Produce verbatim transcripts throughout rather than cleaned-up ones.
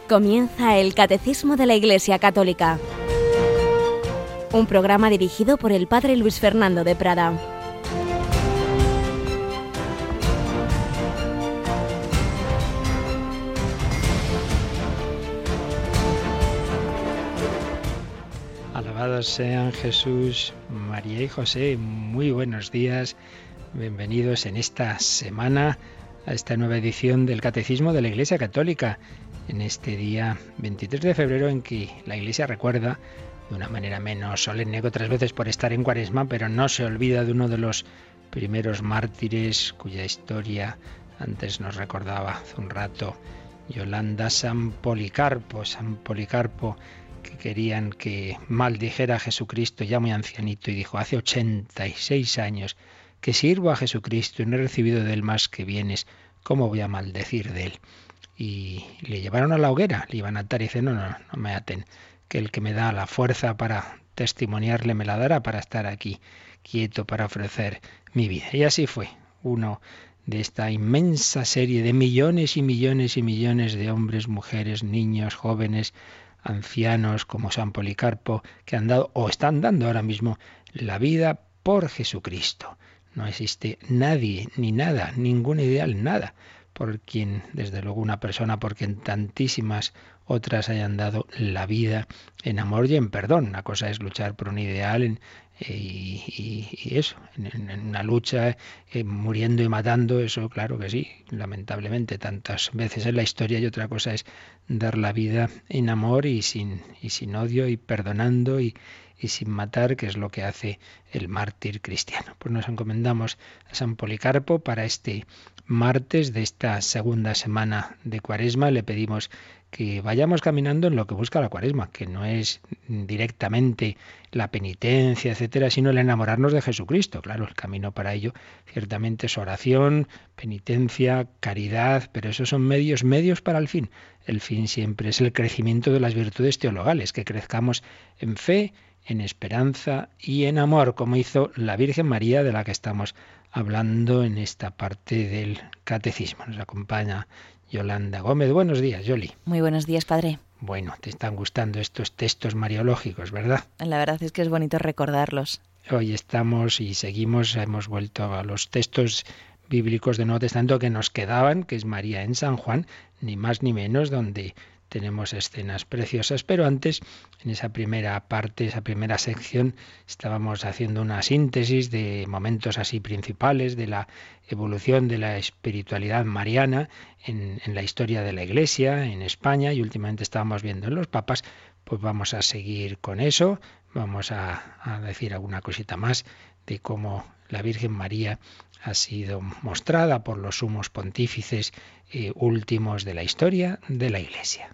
Comienza el Catecismo de la Iglesia Católica, un programa dirigido por el Padre Luis Fernando de Prada. Alabados sean Jesús, María y José. Muy buenos días, bienvenidos en esta semana a esta nueva edición del Catecismo de la Iglesia Católica, en este día veintitrés de febrero en que la Iglesia recuerda, de una manera menos solemne que otras veces por estar en Cuaresma, pero no se olvida de uno de los primeros mártires cuya historia antes nos recordaba hace un rato Yolanda, San Policarpo. San Policarpo, que querían que maldijera a Jesucristo ya muy ancianito, y dijo: hace ochenta y seis años que sirvo a Jesucristo y no he recibido de él más que bienes, ¿cómo voy a maldecir de él? Y le llevaron a la hoguera, le iban a atar y dice: no, no, no me aten, que el que me da la fuerza para testimoniarle me la dará para estar aquí quieto, para ofrecer mi vida. Y así fue, uno de esta inmensa serie de millones y millones y millones de hombres, mujeres, niños, jóvenes, ancianos como San Policarpo, que han dado o están dando ahora mismo la vida por Jesucristo. No existe nadie, ni nada, ningún ideal, nada, por quien, desde luego una persona, por quien tantísimas otras hayan dado la vida en amor y en perdón. Una cosa es luchar por un ideal en, eh, y, y, y eso, en, en una lucha, eh, muriendo y matando, eso claro que sí, lamentablemente tantas veces en la historia, y otra cosa es dar la vida en amor y sin, y sin odio y perdonando y, y sin matar, que es lo que hace el mártir cristiano. Pues nos encomendamos a San Policarpo para este martes de esta segunda semana de Cuaresma. Le pedimos que vayamos caminando en lo que busca la Cuaresma, que no es directamente la penitencia, etcétera, sino el enamorarnos de Jesucristo. Claro, el camino para ello ciertamente es oración, penitencia, caridad, pero esos son medios, medios para el fin. El fin siempre es el crecimiento de las virtudes teologales, que crezcamos en fe, en esperanza y en amor, como hizo la Virgen María, de la que estamos hablando en esta parte del Catecismo. Nos acompaña Yolanda Gómez. Buenos días, Yoli. Muy buenos días, padre. Bueno, te están gustando estos textos mariológicos, ¿verdad? La verdad es que es bonito recordarlos. Hoy estamos y seguimos, hemos vuelto a los textos bíblicos del Nuevo Testamento que nos quedaban, que es María en San Juan, ni más ni menos, donde tenemos escenas preciosas, pero antes, en esa primera parte, esa primera sección, estábamos haciendo una síntesis de momentos así principales de la evolución de la espiritualidad mariana en, en la historia de la Iglesia, en España, y últimamente estábamos viendo en los papas. Pues vamos a seguir con eso, vamos a, a decir alguna cosita más de cómo la Virgen María ha sido mostrada por los sumos pontífices eh, últimos de la historia de la Iglesia.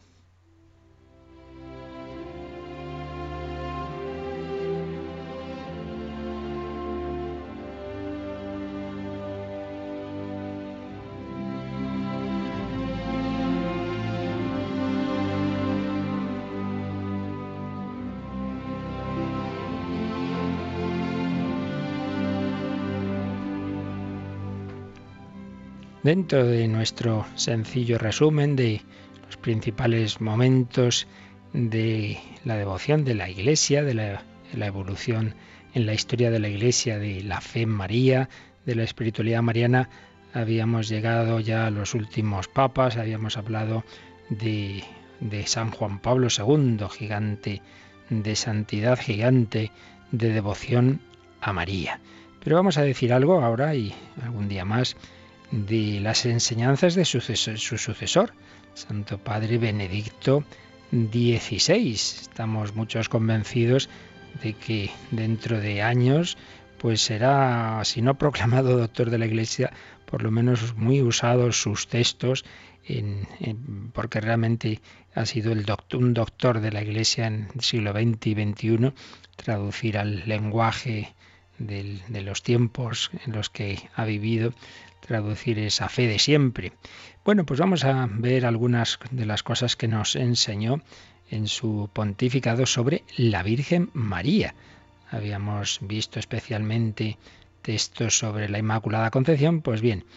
Dentro de nuestro sencillo resumen de los principales momentos de la devoción de la Iglesia, de la, de la evolución en la historia de la Iglesia, de la fe en María, de la espiritualidad mariana, habíamos llegado ya a los últimos papas, habíamos hablado de, de San Juan Pablo segundo, gigante de santidad, gigante de devoción a María. Pero vamos a decir algo ahora y algún día más de las enseñanzas de su sucesor, su sucesor, Santo Padre Benedicto dieciséis. Estamos muchos convencidos de que dentro de años pues será, si no proclamado doctor de la Iglesia, por lo menos muy usados sus textos, en, en, porque realmente ha sido el doctor, un doctor de la Iglesia en el siglo veinte y veintiuno, traducir al lenguaje del, de los tiempos en los que ha vivido, traducir esa fe de siempre. Bueno, pues vamos a ver algunas de las cosas que nos enseñó en su pontificado sobre la Virgen María. Habíamos visto especialmente textos sobre la Inmaculada Concepción. Pues bien,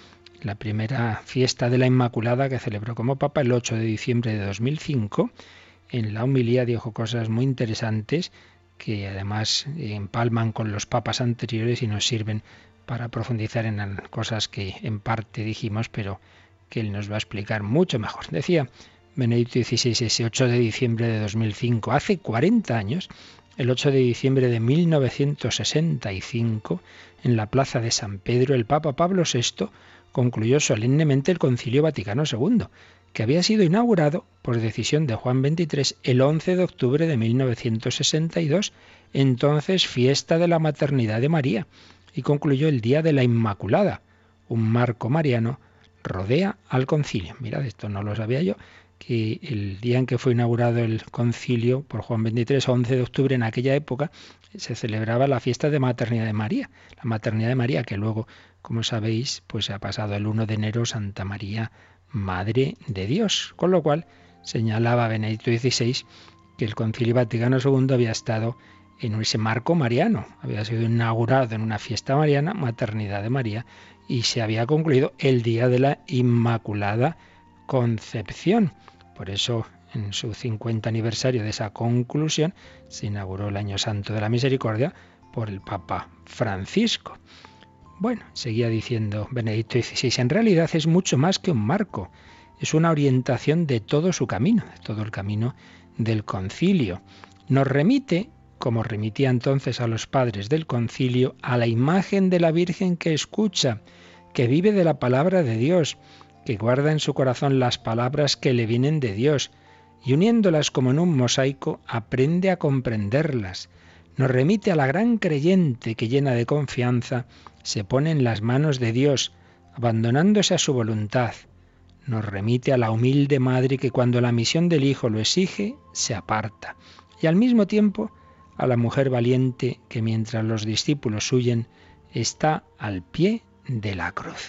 la primera fiesta de la Inmaculada que celebró como Papa el ocho de diciembre de dos mil cinco. En la homilía dijo cosas muy interesantes que además empalman con los papas anteriores y nos sirven para profundizar en cosas que en parte dijimos, pero que él nos va a explicar mucho mejor. Decía Benedicto dieciséis ese ocho de diciembre de dos mil cinco, hace cuarenta años, el ocho de diciembre de mil novecientos sesenta y cinco, en la plaza de San Pedro, el Papa Pablo sexto concluyó solemnemente el Concilio Vaticano segundo, que había sido inaugurado por decisión de Juan veintitrés el once de octubre de mil novecientos sesenta y dos, entonces fiesta de la maternidad de María, y concluyó el Día de la Inmaculada. Un marco mariano rodea al concilio. Mirad, esto no lo sabía yo, que el día en que fue inaugurado el concilio por Juan veintitrés, once de octubre, en aquella época, se celebraba la fiesta de maternidad de María. La maternidad de María, que luego, como sabéis, pues se ha pasado el uno de enero, Santa María, Madre de Dios. Con lo cual, señalaba Benedicto dieciséis que el Concilio Vaticano segundo había estado en ese marco mariano, había sido inaugurado en una fiesta mariana, maternidad de María, y se había concluido el día de la Inmaculada Concepción. Por eso, en su cincuenta aniversario de esa conclusión, se inauguró el Año Santo de la Misericordia por el Papa Francisco. Bueno, seguía diciendo Benedicto dieciséis, en realidad es mucho más que un marco, es una orientación de todo su camino, de todo el camino del concilio. Nos remite, como remitía entonces a los padres del concilio, a la imagen de la Virgen que escucha, que vive de la palabra de Dios, que guarda en su corazón las palabras que le vienen de Dios, y uniéndolas como en un mosaico, aprende a comprenderlas. Nos remite a la gran creyente que, llena de confianza, se pone en las manos de Dios, abandonándose a su voluntad. Nos remite a la humilde madre que, cuando la misión del Hijo lo exige, se aparta. Y al mismo tiempo a la mujer valiente que, mientras los discípulos huyen, está al pie de la cruz.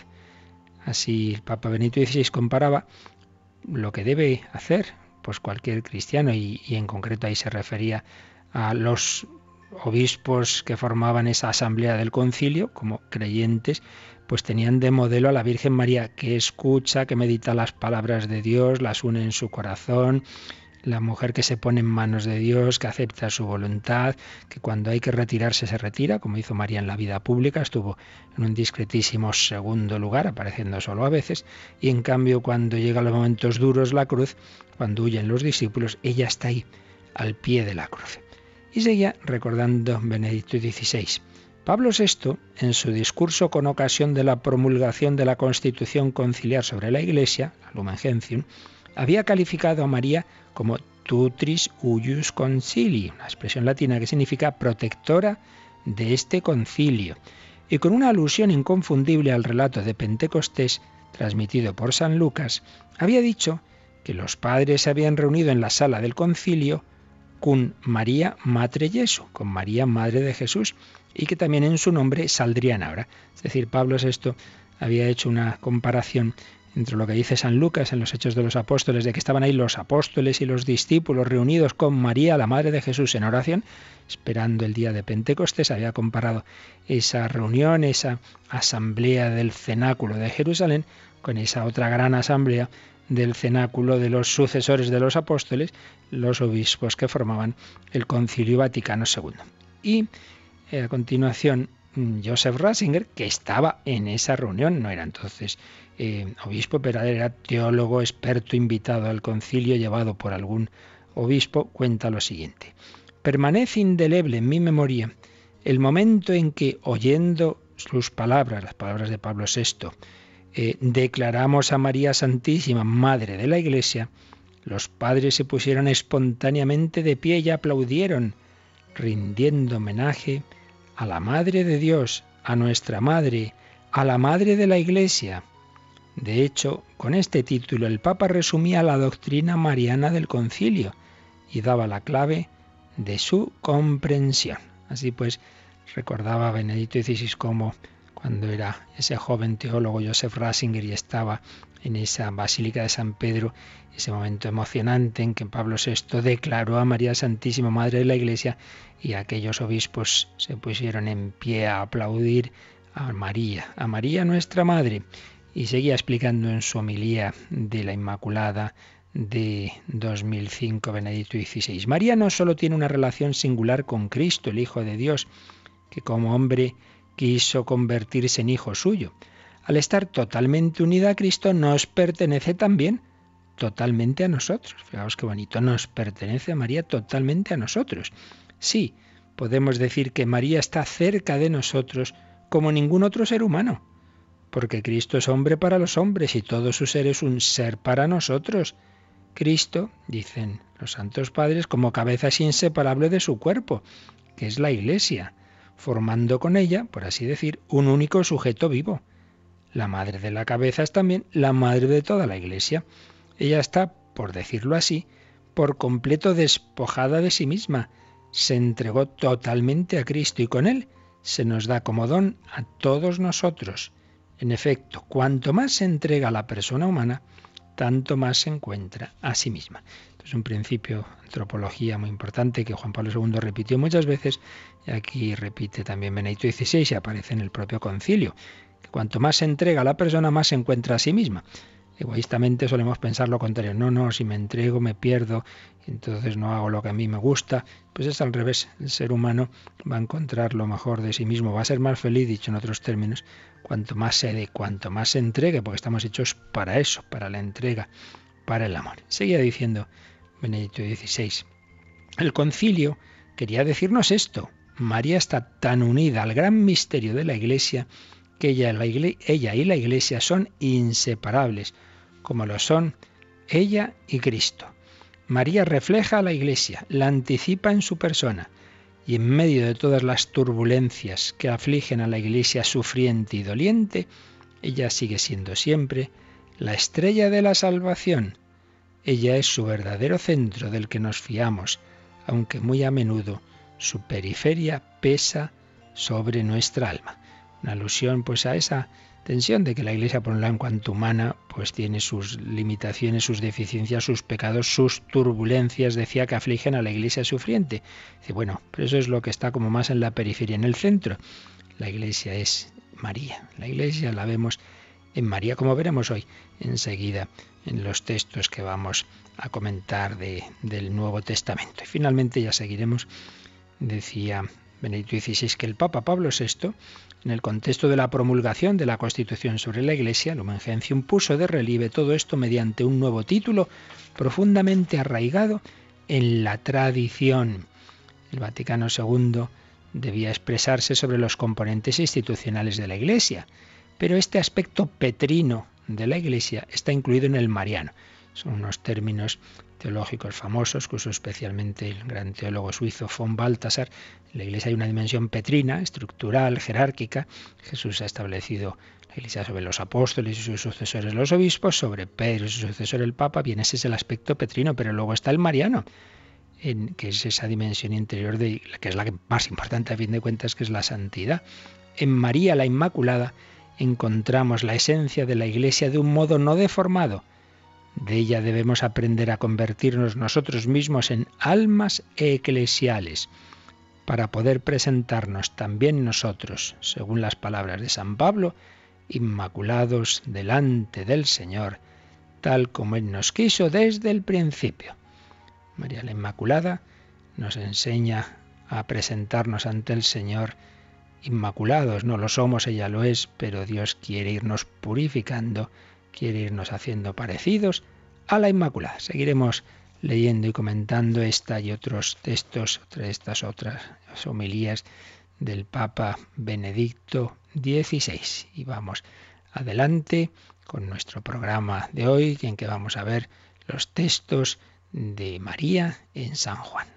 Así el Papa Benedicto dieciséis comparaba lo que debe hacer pues cualquier cristiano, y, y en concreto ahí se refería a los obispos que formaban esa asamblea del concilio, como creyentes, pues tenían de modelo a la Virgen María, que escucha, que medita las palabras de Dios, las une en su corazón, la mujer que se pone en manos de Dios, que acepta su voluntad, que cuando hay que retirarse se retira, como hizo María en la vida pública, estuvo en un discretísimo segundo lugar, apareciendo solo a veces, y en cambio cuando llegan los momentos duros, la cruz, cuando huyen los discípulos, ella está ahí, al pie de la cruz. Y seguía recordando Benedicto dieciséis. Pablo sexto, en su discurso con ocasión de la promulgación de la Constitución Conciliar sobre la Iglesia, la Lumen Gentium, había calificado a María como tutris huius concilii, una expresión latina que significa protectora de este concilio, y con una alusión inconfundible al relato de Pentecostés transmitido por San Lucas, había dicho que los padres se habían reunido en la sala del concilio con María Matre Jesu, con María Madre de Jesús, y que también en su nombre saldrían ahora. Es decir, Pablo sexto había hecho una comparación entre lo que dice San Lucas en los Hechos de los Apóstoles, de que estaban ahí los apóstoles y los discípulos reunidos con María, la Madre de Jesús, en oración, esperando el día de Pentecostés. Había comparado esa reunión, esa asamblea del cenáculo de Jerusalén, con esa otra gran asamblea del cenáculo de los sucesores de los apóstoles, los obispos que formaban el Concilio Vaticano segundo. Y eh, a continuación, Joseph Ratzinger, que estaba en esa reunión, no era entonces eh, obispo, pero era teólogo, experto, invitado al concilio, llevado por algún obispo, cuenta lo siguiente. Permanece indeleble en mi memoria el momento en que, oyendo sus palabras, las palabras de Pablo sexto, eh, declaramos a María Santísima, Madre de la Iglesia, los padres se pusieron espontáneamente de pie y aplaudieron, rindiendo homenaje a la Madre de Dios, a nuestra Madre, a la Madre de la Iglesia. De hecho, con este título el Papa resumía la doctrina mariana del concilio y daba la clave de su comprensión. Así pues, recordaba Benedicto dieciséis cómo cuando era ese joven teólogo Joseph Ratzinger y estaba en esa Basílica de San Pedro, ese momento emocionante en que Pablo sexto declaró a María Santísima, Madre de la Iglesia, y aquellos obispos se pusieron en pie a aplaudir a María, a María nuestra Madre. Y seguía explicando en su homilía de la Inmaculada de dos mil cinco, Benedicto dieciséis. María no solo tiene una relación singular con Cristo, el Hijo de Dios, que como hombre quiso convertirse en hijo suyo. Al estar totalmente unida a Cristo, nos pertenece también totalmente a nosotros. Fijaos qué bonito, nos pertenece a María totalmente a nosotros. Sí, podemos decir que María está cerca de nosotros como ningún otro ser humano, porque Cristo es hombre para los hombres y todo su ser es un ser para nosotros. Cristo, dicen los santos padres, como cabeza es inseparable de su cuerpo, que es la Iglesia, formando con ella, por así decir, un único sujeto vivo. La madre de la cabeza es también la madre de toda la Iglesia. Ella está, por decirlo así, por completo despojada de sí misma. Se entregó totalmente a Cristo y con él se nos da como don a todos nosotros. En efecto, cuanto más se entrega a la persona humana, tanto más se encuentra a sí misma. Esto es un principio de antropología muy importante que Juan Pablo segundo repitió muchas veces y aquí repite también Benedicto dieciséis y aparece en el propio concilio. Que cuanto más se entrega a la persona, más se encuentra a sí misma. Egoístamente solemos pensar lo contrario. No, no, si me entrego me pierdo, entonces no hago lo que a mí me gusta. Pues es al revés. El ser humano va a encontrar lo mejor de sí mismo, va a ser más feliz, dicho en otros términos, cuanto más se dé, cuanto más se entregue, porque estamos hechos para eso, para la entrega, para el amor. Seguía diciendo Benedicto dieciséis. El concilio quería decirnos esto. María está tan unida al gran misterio de la Iglesia que ella, la igle- ella y la Iglesia son inseparables, como lo son ella y Cristo. María refleja a la Iglesia, la anticipa en su persona, y en medio de todas las turbulencias que afligen a la Iglesia sufriente y doliente, ella sigue siendo siempre la estrella de la salvación. Ella es su verdadero centro del que nos fiamos, aunque muy a menudo su periferia pesa sobre nuestra alma. Una alusión pues a esa tensión de que la Iglesia, por un lado, en cuanto humana, pues tiene sus limitaciones, sus deficiencias, sus pecados, sus turbulencias, decía, que afligen a la Iglesia sufriente. Dice, bueno, pero eso es lo que está como más en la periferia, en el centro. La Iglesia es María. La Iglesia la vemos en María, como veremos hoy enseguida en los textos que vamos a comentar de, del Nuevo Testamento. Y finalmente ya seguiremos, decía Benedicto dieciséis, que el Papa Pablo sexto, en el contexto de la promulgación de la Constitución sobre la Iglesia, Lumen Gentium, puso de relieve todo esto mediante un nuevo título profundamente arraigado en la tradición. El Vaticano segundo debía expresarse sobre los componentes institucionales de la Iglesia, pero este aspecto petrino de la Iglesia está incluido en el mariano. Son unos términos teológicos famosos que usó especialmente el gran teólogo suizo von Balthasar. En la Iglesia hay una dimensión petrina, estructural, jerárquica. Jesús ha establecido la Iglesia sobre los apóstoles y sus sucesores los obispos, sobre Pedro y su sucesor el Papa. Bien, ese es el aspecto petrino, pero luego está el mariano, en, que es esa dimensión interior, de, que es la que más importante a fin de cuentas, que es la santidad. En María la Inmaculada encontramos la esencia de la Iglesia de un modo no deformado. De ella debemos aprender a convertirnos nosotros mismos en almas eclesiales, para poder presentarnos también nosotros, según las palabras de San Pablo, inmaculados delante del Señor, tal como Él nos quiso desde el principio. María la Inmaculada nos enseña a presentarnos ante el Señor inmaculados. No lo somos, ella lo es, pero Dios quiere irnos purificando, quiere irnos haciendo parecidos a la Inmaculada. Seguiremos leyendo y comentando esta y otros textos, estas otras homilías del Papa Benedicto dieciséis. Y vamos adelante con nuestro programa de hoy, en que vamos a ver los textos de María en San Juan.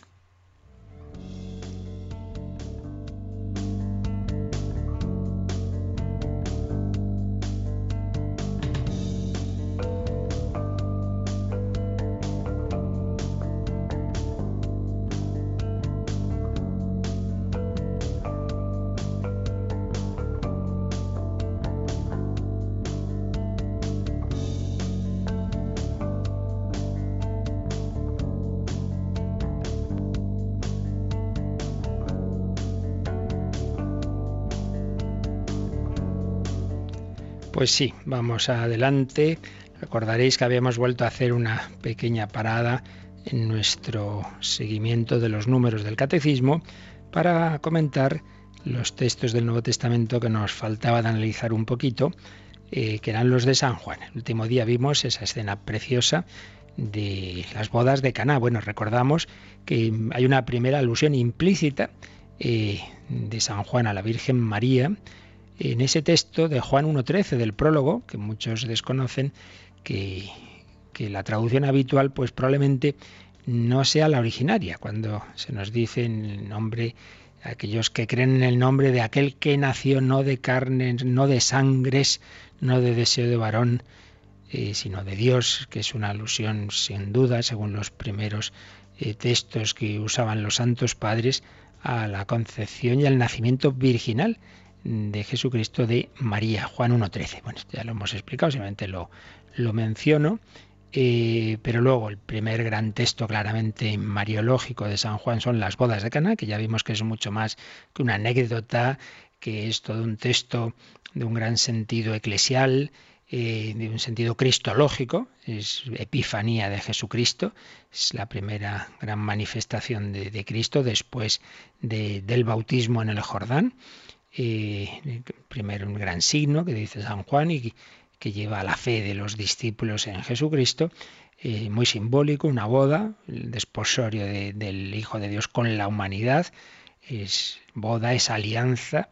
Pues sí, vamos adelante. Recordaréis que habíamos vuelto a hacer una pequeña parada en nuestro seguimiento de los números del Catecismo para comentar los textos del Nuevo Testamento que nos faltaba de analizar un poquito, eh, que eran los de San Juan. El último día vimos esa escena preciosa de las bodas de Caná. Bueno, recordamos que hay una primera alusión implícita eh, de San Juan a la Virgen María en ese texto de Juan uno trece del prólogo, que muchos desconocen, que, que la traducción habitual pues probablemente no sea la originaria, cuando se nos dice en el nombre, aquellos que creen en el nombre de aquel que nació no de carnes, no de sangres, no de deseo de varón, eh, sino de Dios, que es una alusión sin duda, según los primeros eh, textos que usaban los santos padres, a la concepción y al nacimiento virginal de Jesucristo de María, Juan uno trece. Bueno, esto ya lo hemos explicado, simplemente lo, lo menciono. Eh, pero luego el primer gran texto claramente mariológico de San Juan son las bodas de Caná, que ya vimos que es mucho más que una anécdota, que es todo un texto de un gran sentido eclesial, eh, de un sentido cristológico, es epifanía de Jesucristo, es la primera gran manifestación de, de Cristo después de, del bautismo en el Jordán. Eh, primero un gran signo que dice San Juan y que lleva a la fe de los discípulos en Jesucristo, eh, muy simbólico, una boda, el desposorio de, del Hijo de Dios con la humanidad, es boda, es alianza,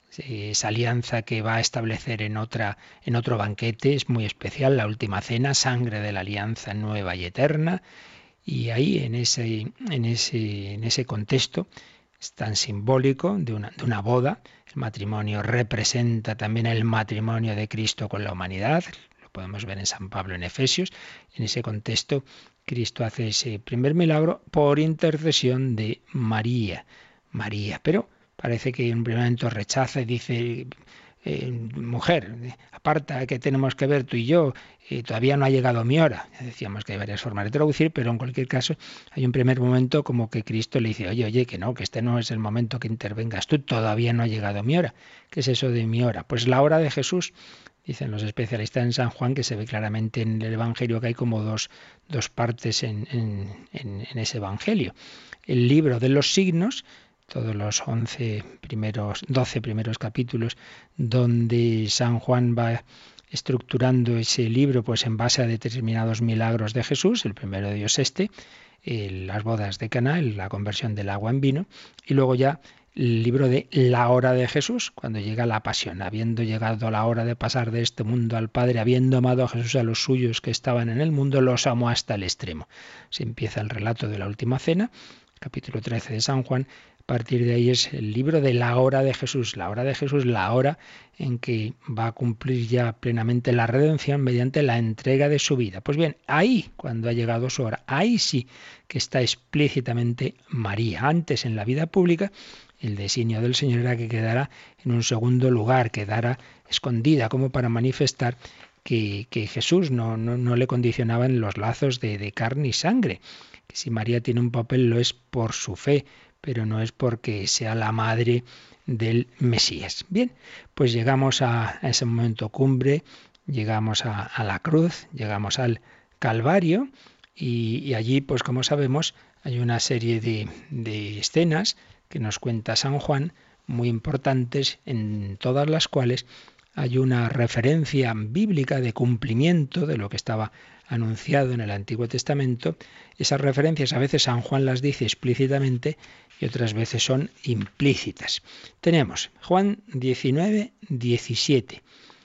esa alianza que va a establecer en otra, en otro banquete, es muy especial, la última cena, sangre de la alianza nueva y eterna, y ahí en ese, en ese, en ese contexto es tan simbólico de una, de una boda. El matrimonio representa también el matrimonio de Cristo con la humanidad, lo podemos ver en San Pablo en Efesios. En ese contexto, Cristo hace ese primer milagro por intercesión de María. María, pero parece que en un primer momento rechaza y dice, eh, mujer, aparta, que tenemos que ver tú y yo, eh, todavía no ha llegado mi hora. Ya decíamos que hay varias formas de traducir, pero en cualquier caso hay un primer momento como que Cristo le dice, oye, oye, que no, que este no es el momento que intervengas tú, todavía no ha llegado mi hora. ¿Qué es eso de mi hora? Pues la hora de Jesús. Dicen los especialistas en San Juan que se ve claramente en el Evangelio que hay como dos, dos partes en, en, en, en ese Evangelio. El libro de los signos, todos los once primeros, doce primeros capítulos, donde San Juan va estructurando ese libro pues en base a determinados milagros de Jesús. El primero de ellos este, eh, las bodas de Caná, la conversión del agua en vino, y luego ya el libro de la hora de Jesús, cuando llega la pasión, habiendo llegado la hora de pasar de este mundo al Padre, habiendo amado a Jesús a los suyos que estaban en el mundo, los amó hasta el extremo. Se empieza el relato de la última cena, capítulo trece de San Juan. A partir de ahí es el libro de la hora de Jesús. La hora de Jesús, la hora en que va a cumplir ya plenamente la redención mediante la entrega de su vida. Pues bien, ahí, cuando ha llegado su hora, ahí sí que está explícitamente María. Antes, en la vida pública, el designio del Señor era que quedara en un segundo lugar, quedara escondida, como para manifestar que, que Jesús no, no, no le condicionaban los lazos de, de carne y sangre. Que si María tiene un papel lo es por su fe, pero no es porque sea la madre del Mesías. Bien, pues llegamos a, a ese momento cumbre, llegamos a, a la cruz, llegamos al Calvario, y, y allí, pues como sabemos, hay una serie de, de escenas que nos cuenta San Juan, muy importantes, en todas las cuales hay una referencia bíblica de cumplimiento de lo que estaba anunciado en el Antiguo Testamento. Esas referencias a veces San Juan las dice explícitamente y otras veces son implícitas. Tenemos Juan diecinueve, diecisiete.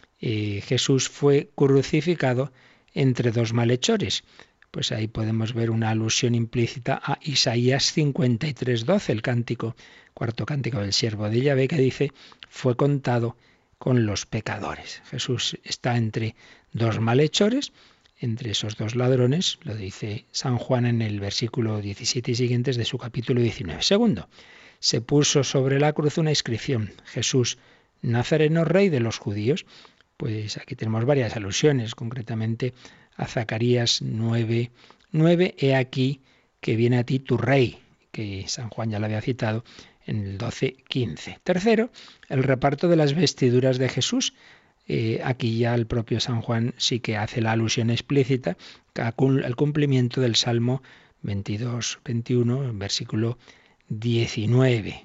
Eh, Jesús fue crucificado entre dos malhechores. Pues ahí podemos ver una alusión implícita a Isaías cincuenta y tres, doce, el cántico, cuarto cántico del siervo de Yahvé, que dice, fue contado con los pecadores. Jesús está entre dos malhechores, entre esos dos ladrones, lo dice San Juan en el versículo diecisiete y siguientes de su capítulo diecinueve. Segundo, se puso sobre la cruz una inscripción, Jesús, Nazareno, rey de los judíos. Pues aquí tenemos varias alusiones, concretamente a Zacarías nueve, nueve, he aquí que viene a ti tu rey, que San Juan ya lo había citado en el doce, quince. Tercero, el reparto de las vestiduras de Jesús. eh, aquí ya el propio San Juan sí que hace la alusión explícita al cumplimiento del Salmo veintidós veintiuno, versículo diecinueve.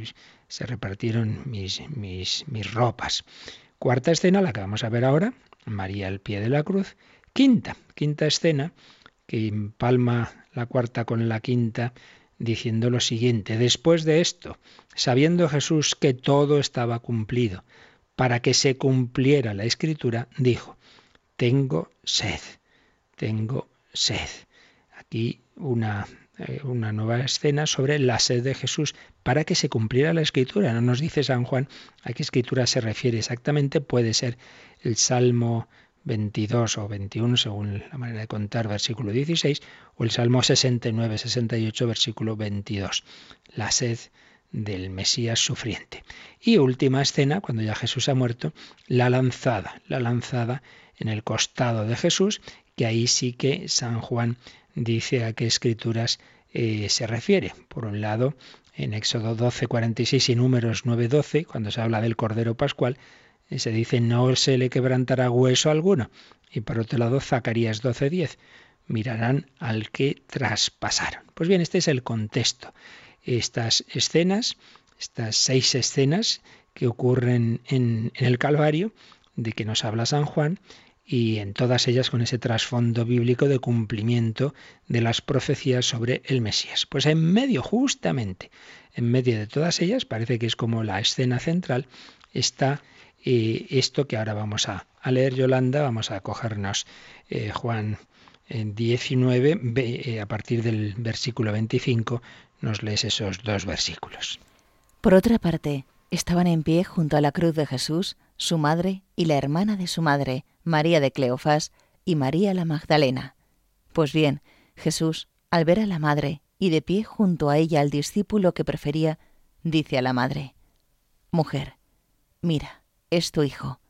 Se repartieron mis, mis, mis ropas. Cuarta escena, la que vamos a ver ahora, María al pie de la cruz. Quinta, quinta escena, que empalma la cuarta con la quinta, diciendo lo siguiente: después de esto, sabiendo Jesús que todo estaba cumplido, para que se cumpliera la Escritura, dijo: tengo sed, tengo sed. Aquí una, eh, una nueva escena sobre la sed de Jesús para que se cumpliera la Escritura. No nos dice San Juan a qué Escritura se refiere exactamente. Puede ser el Salmo veintidós o veintiuno, según la manera de contar, versículo dieciséis, o el Salmo sesenta y nueve, sesenta y ocho, versículo veintidós. La sed del Mesías sufriente. Y última escena, cuando ya Jesús ha muerto, la lanzada, la lanzada en el costado de Jesús, que ahí sí que San Juan dice a qué escrituras eh, se refiere. Por un lado, en Éxodo doce, cuarenta y seis y Números nueve, doce, cuando se habla del Cordero Pascual, eh, se dice: no se le quebrantará hueso alguno. Y por otro lado, Zacarías doce, diez, mirarán al que traspasaron. Pues bien, este es el contexto. Estas escenas, estas seis escenas que ocurren en, en el Calvario, de que nos habla San Juan, y en todas ellas con ese trasfondo bíblico de cumplimiento de las profecías sobre el Mesías. Pues en medio, justamente, en medio de todas ellas, parece que es como la escena central, está eh, esto que ahora vamos a, a leer, Yolanda. Vamos a cogernos eh, Juan eh, diecinueve, eh, a partir del versículo veinticinco, nos lees esos dos versículos. Por otra parte, estaban en pie junto a la cruz de Jesús su madre y la hermana de su madre, María de Cleofás, y María la Magdalena. Pues bien, Jesús, al ver a la madre y de pie junto a ella al discípulo que prefería, dice a la madre: mujer, mira, es tu hijo.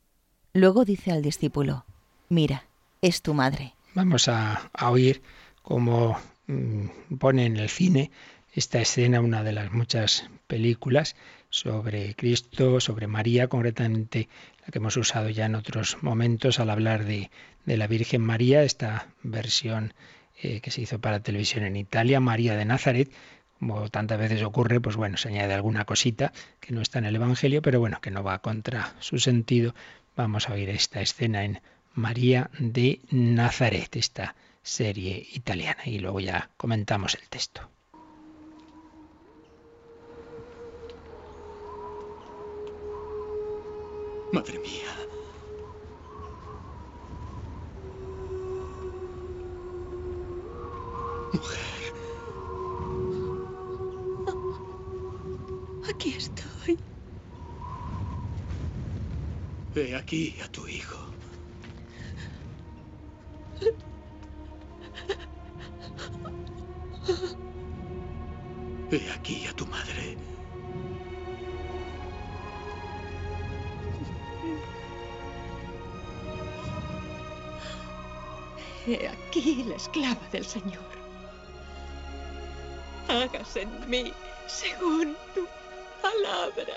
Luego dice al discípulo: mira, es tu madre. Vamos a, a oír cómo mmm, pone en el cine esta escena, una de las muchas películas sobre Cristo, sobre María, concretamente la que hemos usado ya en otros momentos al hablar de, de la Virgen María, esta versión eh, que se hizo para televisión en Italia, María de Nazaret. Como tantas veces ocurre, pues bueno, se añade alguna cosita que no está en el Evangelio, pero bueno, que no va contra su sentido. Vamos a oír esta escena en María de Nazaret, esta serie italiana, y luego ya comentamos el texto. Madre mía. Mujer. Aquí estoy. He aquí a tu hijo. He aquí a tu madre. He aquí la esclava del Señor. Hágase en mí según tu palabra.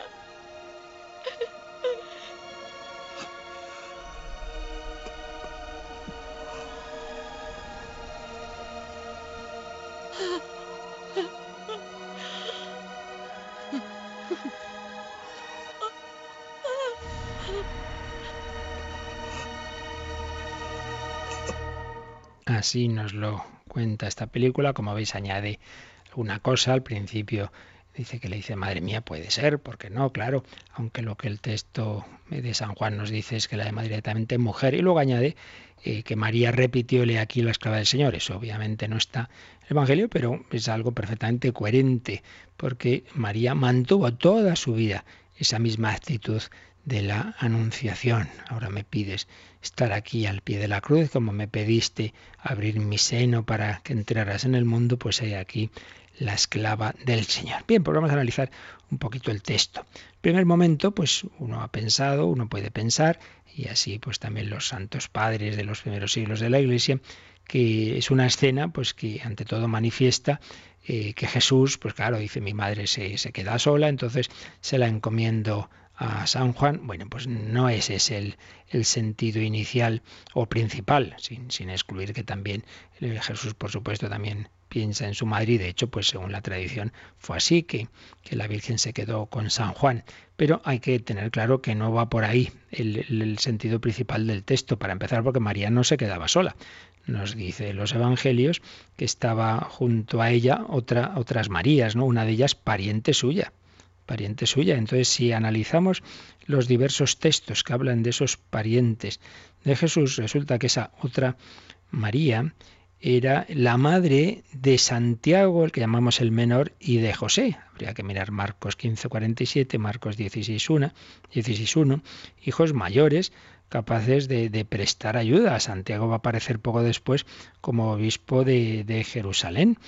Así nos lo cuenta esta película. Como veis, añade alguna cosa. Al principio dice que le dice: madre mía, puede ser, ¿por qué no? Claro, aunque lo que el texto de San Juan nos dice es que la llama directamente mujer. Y luego añade eh, que María repitióle aquí la esclava del Señor. Eso obviamente no está en el Evangelio, pero es algo perfectamente coherente, porque María mantuvo toda su vida esa misma actitud de la anunciación. Ahora me pides estar aquí al pie de la cruz, como me pediste abrir mi seno para que entraras en el mundo, pues hay aquí la esclava del Señor. Bien, pues vamos a analizar un poquito el texto. En primer momento, pues uno ha pensado, uno puede pensar, y así pues también los santos padres de los primeros siglos de la Iglesia, que es una escena pues que ante todo manifiesta eh, que Jesús, pues claro, dice: mi madre se, se queda sola, entonces se la encomiendo a San Juan, bueno, pues no ese es el, el sentido inicial o principal, sin, sin excluir que también Jesús, por supuesto, también piensa en su madre, y de hecho, pues según la tradición fue así, que, que la Virgen se quedó con San Juan. Pero hay que tener claro que no va por ahí el, el, el sentido principal del texto, para empezar, porque María no se quedaba sola. Nos dice los evangelios que estaba junto a ella otra, otras Marías, ¿no? Una de ellas pariente suya. pariente suya. Entonces, si analizamos los diversos textos que hablan de esos parientes de Jesús, resulta que esa otra María era la madre de Santiago, el que llamamos el menor, y de José. Habría que mirar Marcos quince, cuarenta y siete, Marcos dieciséis, uno, hijos mayores capaces de, de prestar ayuda. Santiago va a aparecer poco después como obispo de, de Jerusalén.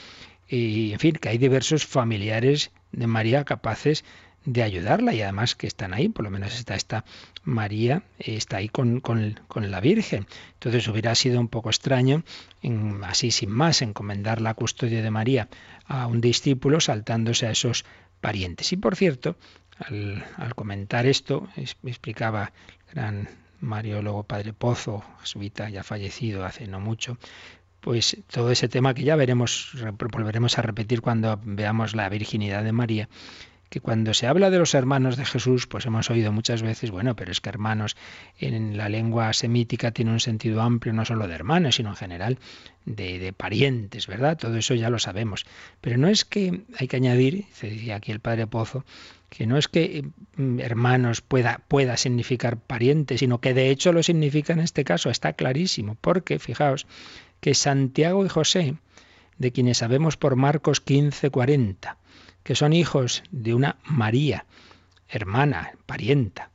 Y, en fin, que hay diversos familiares de María capaces de ayudarla, y además que están ahí, por lo menos está esta María, está ahí con, con, con la Virgen. Entonces hubiera sido un poco extraño, en, así sin más, encomendar la custodia de María a un discípulo saltándose a esos parientes. Y por cierto, al, al comentar esto, explicaba el gran mariólogo Padre Pozo, jesuita ya fallecido hace no mucho, pues todo ese tema que ya veremos, volveremos a repetir cuando veamos la virginidad de María, que cuando se habla de los hermanos de Jesús, pues hemos oído muchas veces, bueno, pero es que hermanos en la lengua semítica tiene un sentido amplio, no solo de hermanos, sino en general de, de parientes, ¿verdad? Todo eso ya lo sabemos. Pero no es que, hay que añadir, se decía aquí el Padre Pozo, que no es que hermanos pueda, pueda significar parientes, sino que de hecho lo significa en este caso, está clarísimo, porque fijaos, que Santiago y José, de quienes sabemos por Marcos quince, cuarenta, que son hijos de una María, hermana, parienta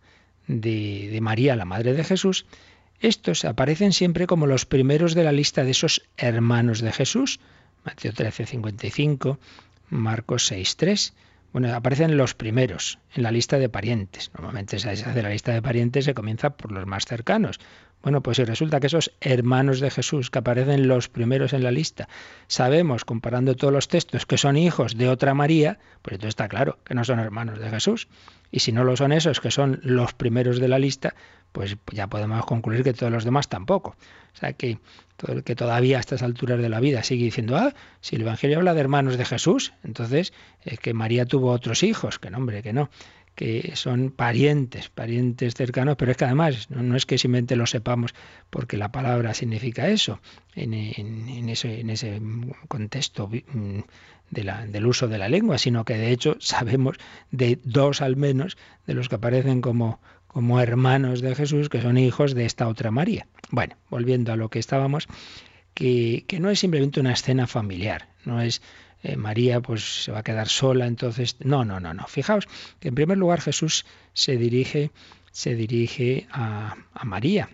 de, de María, la madre de Jesús, estos aparecen siempre como los primeros de la lista de esos hermanos de Jesús. Mateo trece, cincuenta y cinco, Marcos seis, tres. Bueno, aparecen los primeros en la lista de parientes. Normalmente esa de la lista de parientes se comienza por los más cercanos. Bueno, pues si resulta que esos hermanos de Jesús que aparecen los primeros en la lista, sabemos, comparando todos los textos, que son hijos de otra María, pues entonces está claro que no son hermanos de Jesús. Y si no lo son esos, que son los primeros de la lista, pues ya podemos concluir que todos los demás tampoco. O sea que todo el que todavía a estas alturas de la vida sigue diciendo, ah, si el Evangelio habla de hermanos de Jesús, entonces es que María tuvo otros hijos, que no, hombre, que no, que son parientes, parientes cercanos, pero es que además no, no es que simplemente lo sepamos porque la palabra significa eso, en, en, en, ese, en ese contexto de la, del uso de la lengua, sino que de hecho sabemos de dos al menos de los que aparecen como, como hermanos de Jesús, que son hijos de esta otra María. Bueno, volviendo a lo que estábamos, que, que no es simplemente una escena familiar, no es eh, María pues se va a quedar sola, entonces no, no, no, no. Fijaos que en primer lugar Jesús se dirige, se dirige a, a María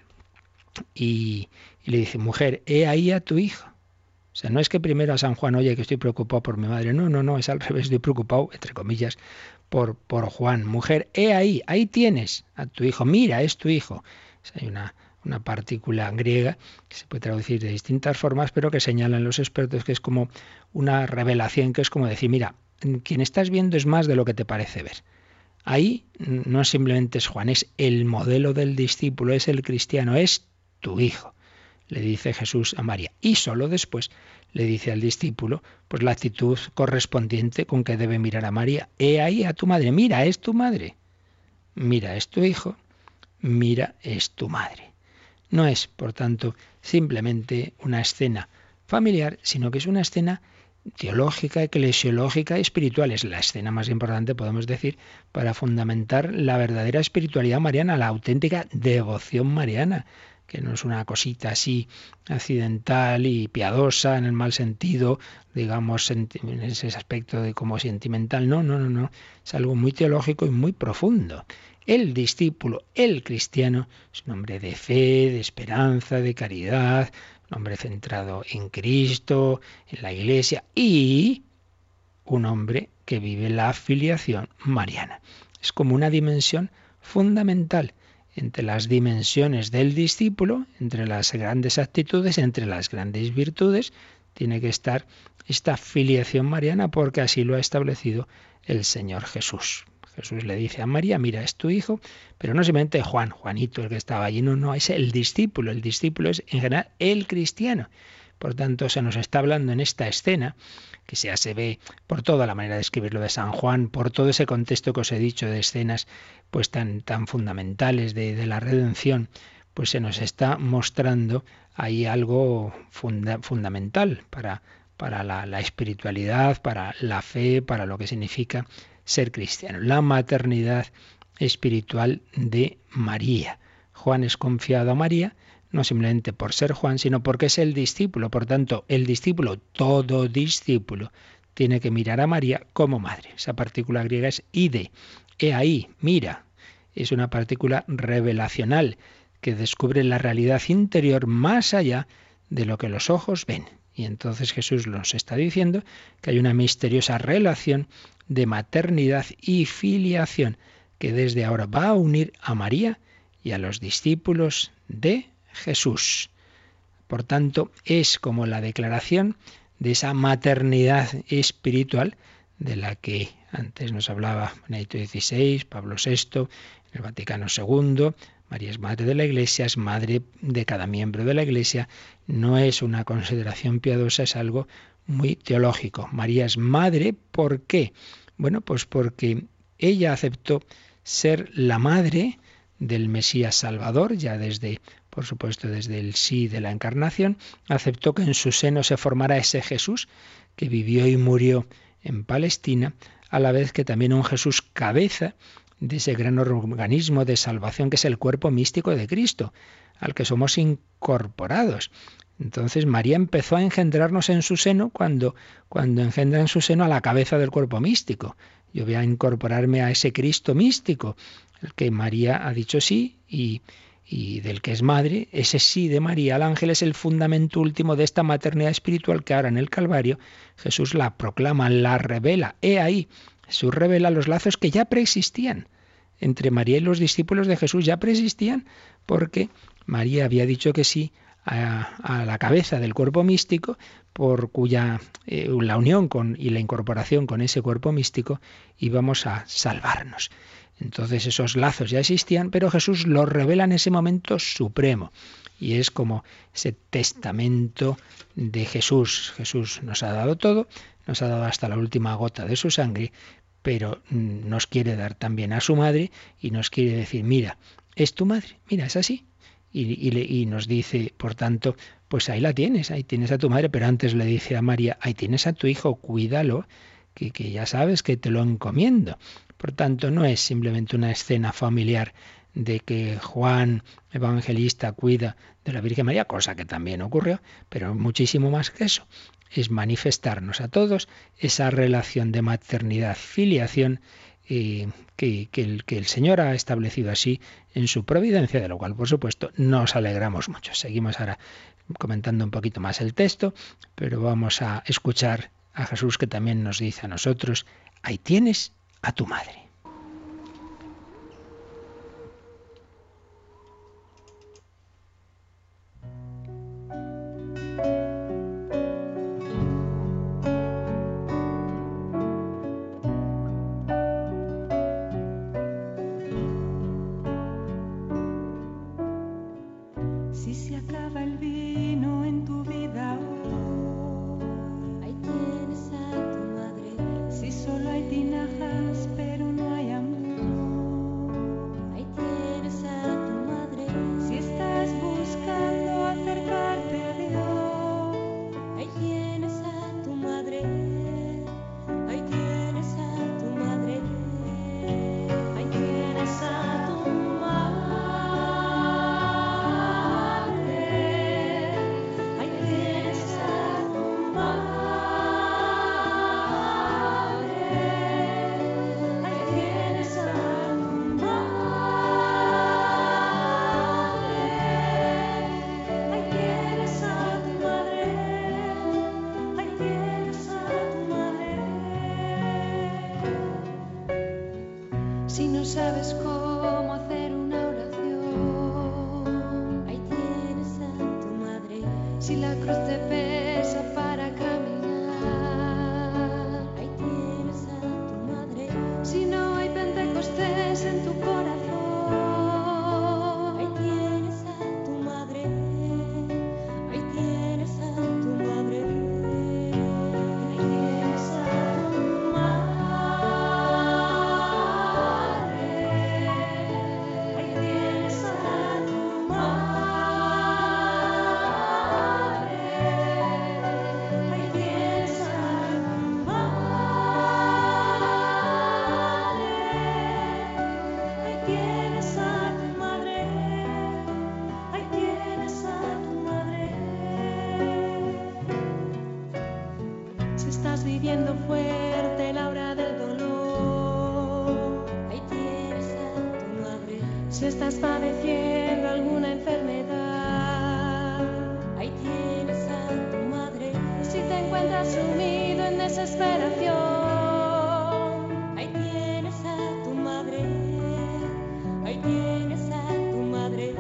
y, y le dice, mujer, he ahí a tu hijo. O sea, no es que primero a San Juan, oye, que estoy preocupado por mi madre. No, no, no, es al revés, estoy preocupado, entre comillas, por, por Juan. Mujer, he ahí, ahí tienes a tu hijo, mira, es tu hijo. O sea, hay una, una partícula griega que se puede traducir de distintas formas, pero que señalan los expertos que es como una revelación, que es como decir, mira, quien estás viendo es más de lo que te parece ver. Ahí no simplemente es Juan, es el modelo del discípulo, es el cristiano, es tu hijo, le dice Jesús a María. Y solo después le dice al discípulo pues la actitud correspondiente con que debe mirar a María. He ahí a tu madre, mira, es tu madre. Mira, es tu hijo. Mira, es tu madre. No es, por tanto, simplemente una escena familiar, sino que es una escena teológica, eclesiológica y espiritual. Es la escena más importante, podemos decir, para fundamentar la verdadera espiritualidad mariana, la auténtica devoción mariana, que no es una cosita así accidental y piadosa en el mal sentido, digamos, en ese aspecto de como sentimental. No, no, no, no. Es algo muy teológico y muy profundo. El discípulo, el cristiano, es un hombre de fe, de esperanza, de caridad, un hombre centrado en Cristo, en la Iglesia y un hombre que vive la filiación mariana. Es como una dimensión fundamental entre las dimensiones del discípulo, entre las grandes actitudes, entre las grandes virtudes, tiene que estar esta filiación mariana porque así lo ha establecido el Señor Jesús. Jesús le dice a María, mira, es tu hijo, pero no simplemente Juan, Juanito, el que estaba allí, no, no, es el discípulo. El discípulo es, en general, el cristiano. Por tanto, se nos está hablando en esta escena, que ya se ve por toda la manera de escribirlo de San Juan, por todo ese contexto que os he dicho de escenas pues tan, tan fundamentales de, de la redención, pues se nos está mostrando ahí algo funda, fundamental para, para la, la espiritualidad, para la fe, para lo que significa ser cristiano. La maternidad espiritual de María. Juan es confiado a María, no simplemente por ser Juan, sino porque es el discípulo. Por tanto, el discípulo, todo discípulo, tiene que mirar a María como madre. Esa partícula griega es ide. He ahí, mira. Es una partícula revelacional que descubre la realidad interior más allá de lo que los ojos ven. Y entonces Jesús nos está diciendo que hay una misteriosa relación de maternidad y filiación que desde ahora va a unir a María y a los discípulos de Jesús. Por tanto, es como la declaración de esa maternidad espiritual de la que antes nos hablaba Benedicto dieciséis, Pablo sexto, el Vaticano segundo. María es madre de la Iglesia, es madre de cada miembro de la Iglesia. No es una consideración piadosa, es algo muy teológico. María es madre, ¿por qué? Bueno, pues porque ella aceptó ser la madre del Mesías Salvador, ya desde, por supuesto, desde el sí de la Encarnación, aceptó que en su seno se formara ese Jesús que vivió y murió en Palestina, a la vez que también un Jesús cabeza de ese gran organismo de salvación que es el cuerpo místico de Cristo, al que somos incorporados. Entonces María empezó a engendrarnos en su seno cuando, cuando engendra en su seno a la cabeza del cuerpo místico. Yo voy a incorporarme a ese Cristo místico, el que María ha dicho sí y, y del que es madre. Ese sí de María al ángel es el fundamento último de esta maternidad espiritual que ahora en el Calvario Jesús la proclama, la revela. He ahí, Jesús revela los lazos que ya preexistían. Entre María y los discípulos de Jesús ya preexistían porque María había dicho que sí a, a la cabeza del cuerpo místico, por cuya eh, la unión con, y la incorporación con ese cuerpo místico íbamos a salvarnos. Entonces esos lazos ya existían, pero Jesús los revela en ese momento supremo. Y es como ese testamento de Jesús. Jesús nos ha dado todo, nos ha dado hasta la última gota de su sangre, pero nos quiere dar también a su madre y nos quiere decir, mira, es tu madre, mira, es así. Y, y, y nos dice, por tanto, pues ahí la tienes, ahí tienes a tu madre, pero antes le dice a María, ahí tienes a tu hijo, cuídalo, que, que ya sabes que te lo encomiendo. Por tanto, no es simplemente una escena familiar de que Juan Evangelista cuida de la Virgen María, cosa que también ocurrió, pero muchísimo más que eso. Es manifestarnos a todos esa relación de maternidad-filiación eh, que, que, el, que el Señor ha establecido así en su providencia, de lo cual, por supuesto, nos alegramos mucho. Seguimos ahora comentando un poquito más el texto, pero vamos a escuchar a Jesús que también nos dice a nosotros, ahí tienes a tu madre. Si se acaba el vino en tu vida, ahí tienes a tu madre. Si solo hay tinajas pero no hay amor, ahí tienes a tu madre. Si estás buscando acercarte a Dios, ahí tienes a tu madre. Ahí tienes a tu madre. Ahí tienes a tu si no sabes cómo hacer una oración, ahí tienes a tu madre. Si la cruz te pesa para caminar, ahí tienes a tu madre. Si no hay Pentecostés Si estás padeciendo alguna enfermedad, ahí tienes a tu madre. Si te encuentras sumido en desesperación, ahí tienes a tu madre. Ahí tienes a tu madre.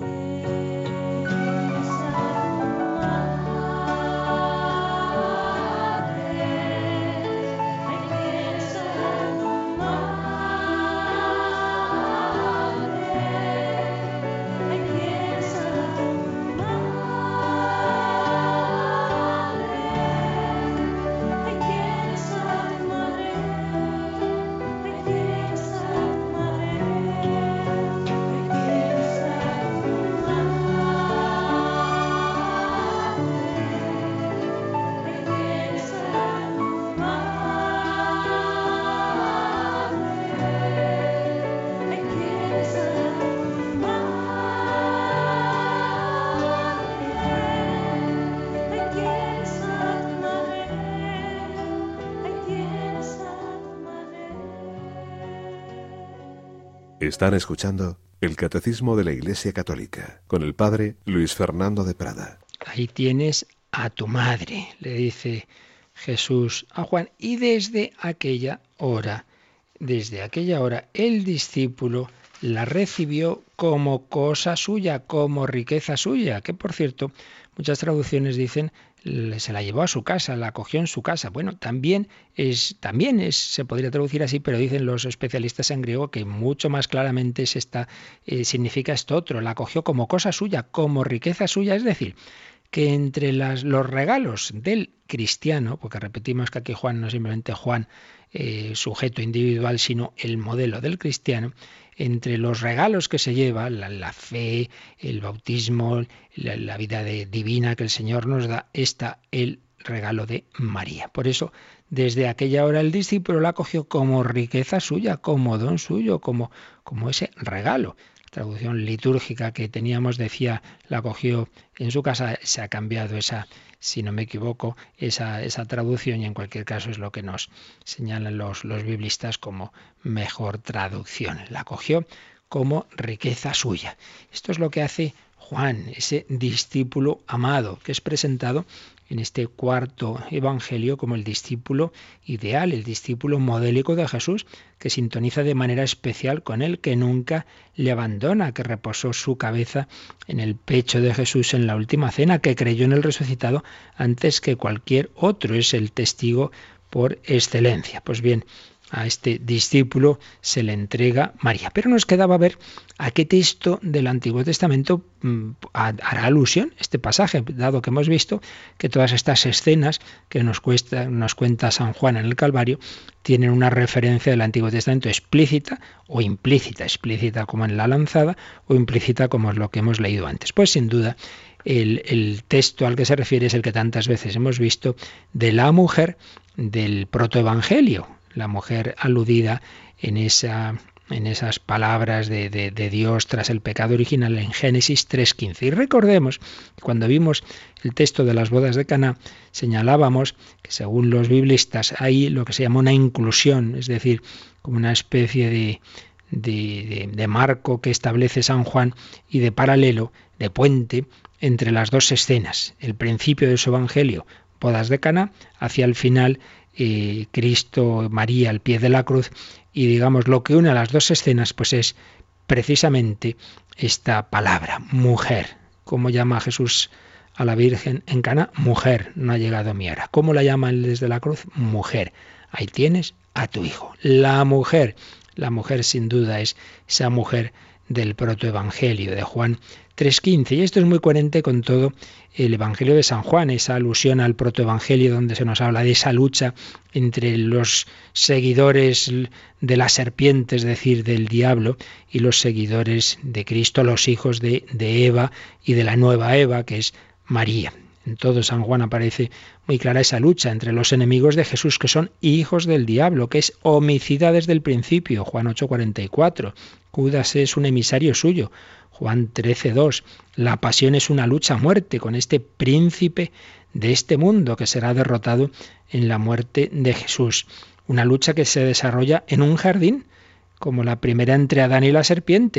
Están escuchando el Catecismo de la Iglesia Católica con el Padre Luis Fernando de Prada. Ahí tienes a tu madre, le dice Jesús a Juan, y desde aquella hora, desde aquella hora, el discípulo la recibió como cosa suya, como riqueza suya, que por cierto, muchas traducciones dicen se la llevó a su casa, la acogió en su casa. Bueno, también es, también es, se podría traducir así, pero dicen los especialistas en griego que mucho más claramente es esta, eh, significa esto otro, la acogió como cosa suya, como riqueza suya, es decir, que entre las, los regalos del cristiano, porque repetimos que aquí Juan no es simplemente Juan, eh, sujeto individual, sino el modelo del cristiano, entre los regalos que se lleva, la, la fe, el bautismo, la, la vida de, divina que el Señor nos da, está el regalo de María. Por eso, desde aquella hora el discípulo la acogió como riqueza suya, como don suyo, como, como ese regalo. La traducción litúrgica que teníamos decía, la acogió en su casa, se ha cambiado esa, si no me equivoco, esa, esa traducción, y en cualquier caso es lo que nos señalan los, los biblistas como mejor traducción. La acogió como riqueza suya. Esto es lo que hace Juan, ese discípulo amado, que es presentado en este cuarto evangelio como el discípulo ideal, el discípulo modélico de Jesús, que sintoniza de manera especial con él, que nunca le abandona, que reposó su cabeza en el pecho de Jesús en la última cena, que creyó en el resucitado antes que cualquier otro, es el testigo por excelencia. Pues bien, a este discípulo se le entrega María. Pero nos quedaba ver a qué texto del Antiguo Testamento mmm, hará alusión este pasaje, dado que hemos visto que todas estas escenas que nos, cuesta, nos cuenta San Juan en el Calvario tienen una referencia del Antiguo Testamento explícita o implícita, explícita como en la lanzada o implícita como es lo que hemos leído antes. Pues sin duda el, el texto al que se refiere es el que tantas veces hemos visto de la mujer del protoevangelio, la mujer aludida en, esa, en esas palabras de, de, de Dios tras el pecado original en Génesis tres quince. Y recordemos, cuando vimos el texto de las bodas de Caná, señalábamos que según los biblistas hay lo que se llama una inclusión, es decir, como una especie de, de, de, de marco que establece San Juan y de paralelo, de puente, entre las dos escenas. El principio de su evangelio, bodas de Caná, hacia el final, Eh, Cristo, María al pie de la cruz, y digamos lo que une a las dos escenas pues es precisamente esta palabra, mujer. ¿Cómo llama Jesús a la Virgen en Caná? Mujer, no ha llegado mi hora. ¿Cómo la llama él desde la cruz? Mujer. Ahí tienes a tu hijo. La mujer, la mujer sin duda es esa mujer del protoevangelio de Juan tres quince, y esto es muy coherente con todo el Evangelio de San Juan, esa alusión al protoevangelio donde se nos habla de esa lucha entre los seguidores de la serpiente, es decir, del diablo, y los seguidores de Cristo, los hijos de, de Eva y de la nueva Eva, que es María. En todo San Juan aparece muy clara esa lucha entre los enemigos de Jesús, que son hijos del diablo, que es homicida desde el principio, Juan ocho cuarenta y cuatro. Judas es un emisario suyo, Juan trece dos. La pasión es una lucha a muerte con este príncipe de este mundo que será derrotado en la muerte de Jesús. Una lucha que se desarrolla en un jardín, como la primera entre Adán y la serpiente.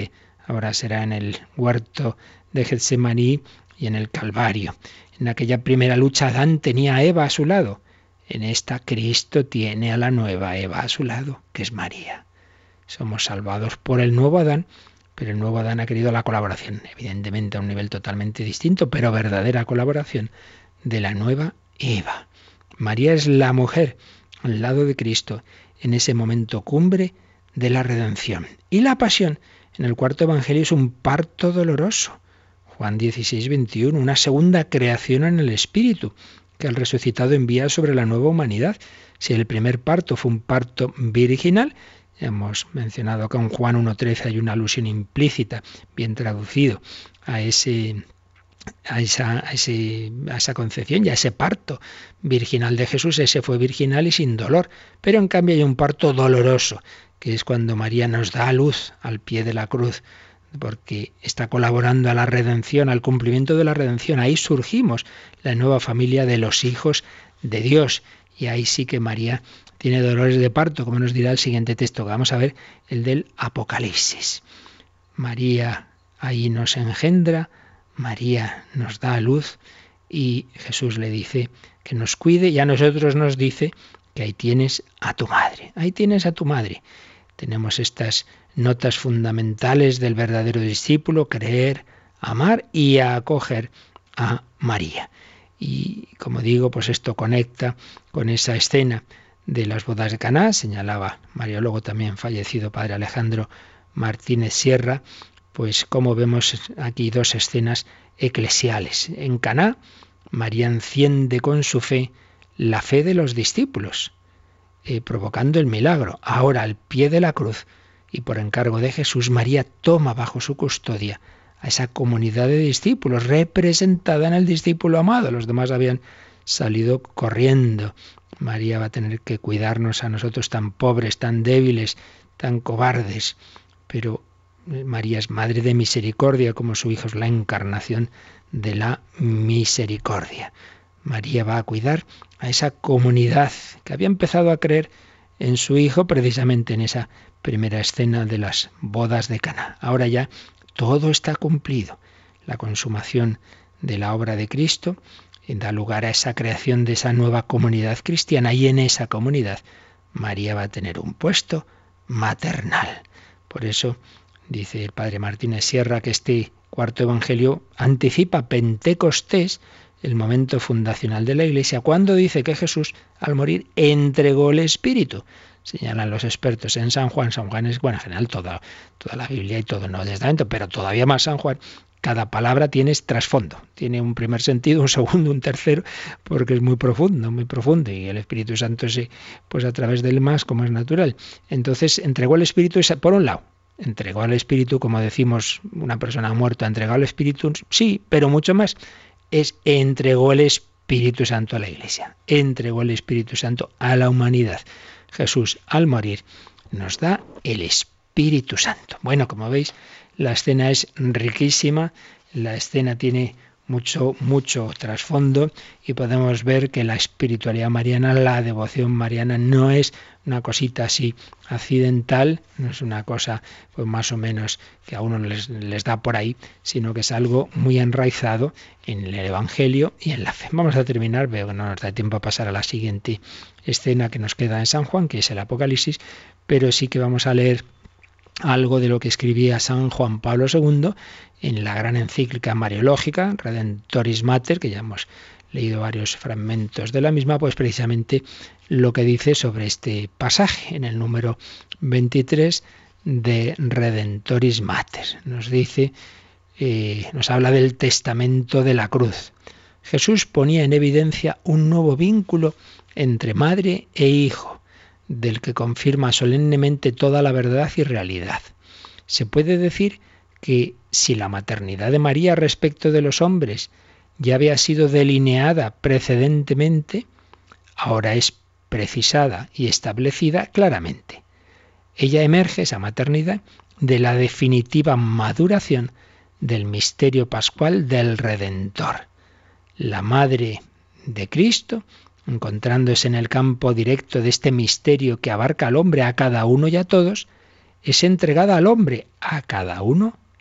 ahora será en el huerto de Getsemaní y en el Calvario. En aquella primera lucha Adán tenía a Eva a su lado. En esta Cristo tiene a la nueva Eva a su lado, que es María. Somos salvados por el nuevo Adán, pero el nuevo Adán ha querido la colaboración, evidentemente a un nivel totalmente distinto, pero verdadera colaboración de la nueva Eva. María es la mujer al lado de Cristo en ese momento cumbre de la redención. Y la pasión en el cuarto evangelio es un parto doloroso. Juan dieciséis, veintiuno, una segunda creación en el Espíritu que el resucitado envía sobre la nueva humanidad. Si el primer parto fue un parto virginal, hemos mencionado que en Juan uno trece hay una alusión implícita, bien traducido, a ese A esa, a, ese, a esa concepción y a ese parto virginal de Jesús. Ese fue virginal y sin dolor, pero en cambio hay un parto doloroso, que es cuando María nos da a luz al pie de la cruz, porque está colaborando a la redención, al cumplimiento de la redención. Ahí surgimos la nueva familia de los hijos de Dios, y ahí sí que María tiene dolores de parto, como nos dirá el siguiente texto, que vamos a ver, el del Apocalipsis. María ahí nos engendra, María nos da a luz y Jesús le dice que nos cuide y a nosotros nos dice que ahí tienes a tu madre, ahí tienes a tu madre. Tenemos estas notas fundamentales del verdadero discípulo: creer, amar y acoger a María. Y como digo, pues esto conecta con esa escena de las bodas de Caná, señalaba mariólogo también fallecido padre Alejandro Martínez Sierra. Pues como vemos aquí dos escenas eclesiales. En Caná, María enciende con su fe la fe de los discípulos, eh, provocando el milagro. Ahora, al pie de la cruz y por encargo de Jesús, María toma bajo su custodia a esa comunidad de discípulos, representada en el discípulo amado. Los demás habían salido corriendo. María va a tener que cuidarnos a nosotros tan pobres, tan débiles, tan cobardes, pero María es madre de misericordia, como su Hijo es la encarnación de la misericordia. María va a cuidar a esa comunidad que había empezado a creer en su Hijo precisamente en esa primera escena de las bodas de Caná. Ahora ya todo está cumplido. La consumación de la obra de Cristo da lugar a esa creación de esa nueva comunidad cristiana, y en esa comunidad María va a tener un puesto maternal. Por eso dice el padre Martínez Sierra que este cuarto evangelio anticipa Pentecostés, el momento fundacional de la Iglesia, cuando dice que Jesús, al morir, entregó el Espíritu. Señalan los expertos en San Juan. San Juan es, bueno, en general toda, toda la Biblia y todo el Nuevo Testamento, pero todavía más San Juan. Cada palabra tiene trasfondo, tiene un primer sentido, un segundo, un tercero, porque es muy profundo, muy profundo, y el Espíritu Santo se, pues a través del más, como es natural. Entonces, entregó el Espíritu, por un lado, entregó al Espíritu, como decimos, una persona muerta ha entregado al Espíritu, sí, pero mucho más, es entregó el Espíritu Santo a la Iglesia, entregó el Espíritu Santo a la humanidad. Jesús, al morir, nos da el Espíritu Santo. Bueno, como veis, la escena es riquísima, la escena tiene mucho, mucho trasfondo, y podemos ver que la espiritualidad mariana, la devoción mariana, no es una cosita así accidental, no es una cosa pues más o menos que a uno les, les da por ahí, sino que es algo muy enraizado en el Evangelio y en la fe. Vamos a terminar, veo que no nos da tiempo a pasar a la siguiente escena que nos queda en San Juan, que es el Apocalipsis, pero sí que vamos a leer algo de lo que escribía San Juan Pablo segundo en la gran encíclica mariológica, Redentoris Mater, que ya hemos leído varios fragmentos de la misma, pues precisamente lo que dice sobre este pasaje en el número veintitrés de Redentoris Mater. Nos dice, eh, nos habla del testamento de la cruz. Jesús ponía en evidencia un nuevo vínculo entre madre e hijo, del que confirma solemnemente toda la verdad y realidad. Se puede decir que si la maternidad de María respecto de los hombres ya había sido delineada precedentemente, ahora es precisada y establecida claramente. Ella emerge, esa maternidad, de la definitiva maduración del misterio pascual del Redentor. La madre de Cristo, encontrándose en el campo directo de este misterio que abarca al hombre, a cada uno y a todos, es entregada al hombre, a cada uno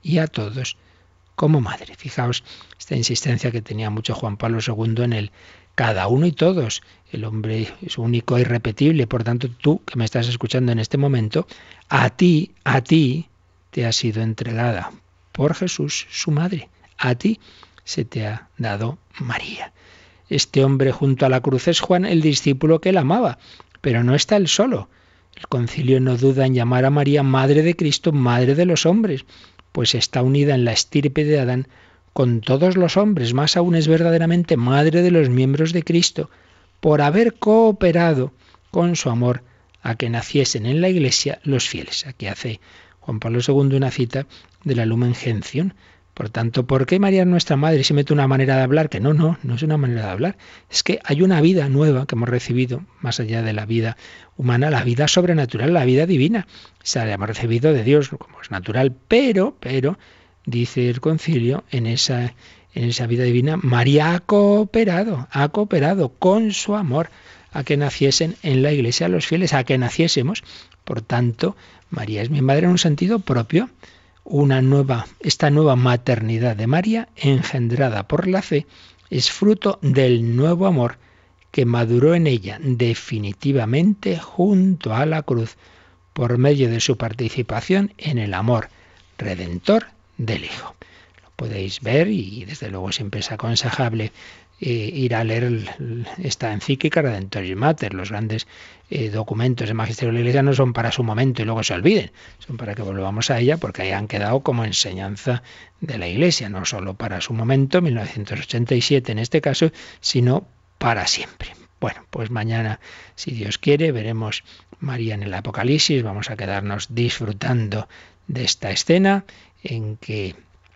y a todos como madre. Fijaos esta insistencia que tenía mucho Juan Pablo segundo en el cada uno y todos. El hombre es único e irrepetible, por tanto tú que me estás escuchando en este momento, a ti, a ti te ha sido entregada por Jesús su madre. A ti se te ha dado María. Este hombre junto a la cruz es Juan, el discípulo que él amaba, pero no está él solo. El concilio no duda en llamar a María Madre de Cristo, Madre de los hombres, pues está unida en la estirpe de Adán con todos los hombres, más aún es verdaderamente Madre de los miembros de Cristo, por haber cooperado con su amor a que naciesen en la Iglesia los fieles. Aquí hace Juan Pablo segundo una cita de la Lumen Gentium. Por tanto, ¿por qué María es nuestra madre? Si mete una manera de hablar, que no, no, no es una manera de hablar. Es que hay una vida nueva que hemos recibido, más allá de la vida humana, la vida sobrenatural, la vida divina. O sea, la hemos recibido de Dios, como es natural, pero, pero, dice el concilio, en esa, en esa vida divina, María ha cooperado, ha cooperado con su amor a que naciesen en la Iglesia los fieles, a que naciésemos. Por tanto, María es mi madre en un sentido propio. Una nueva, esta nueva maternidad de María, engendrada por la fe, es fruto del nuevo amor que maduró en ella definitivamente junto a la cruz, por medio de su participación en el amor redentor del Hijo. Lo podéis ver y desde luego siempre es aconsejable eh, ir a leer el, esta encíclica Redentoris Mater. Los grandes eh, documentos de magisterio de la Iglesia no son para su momento y luego se olviden, son para que volvamos a ella porque ahí han quedado como enseñanza de la Iglesia, no solo para su momento, mil novecientos ochenta y siete en este caso, sino para siempre. Bueno, pues mañana, si Dios quiere, veremos María en el Apocalipsis, vamos a quedarnos disfrutando de esta escena en que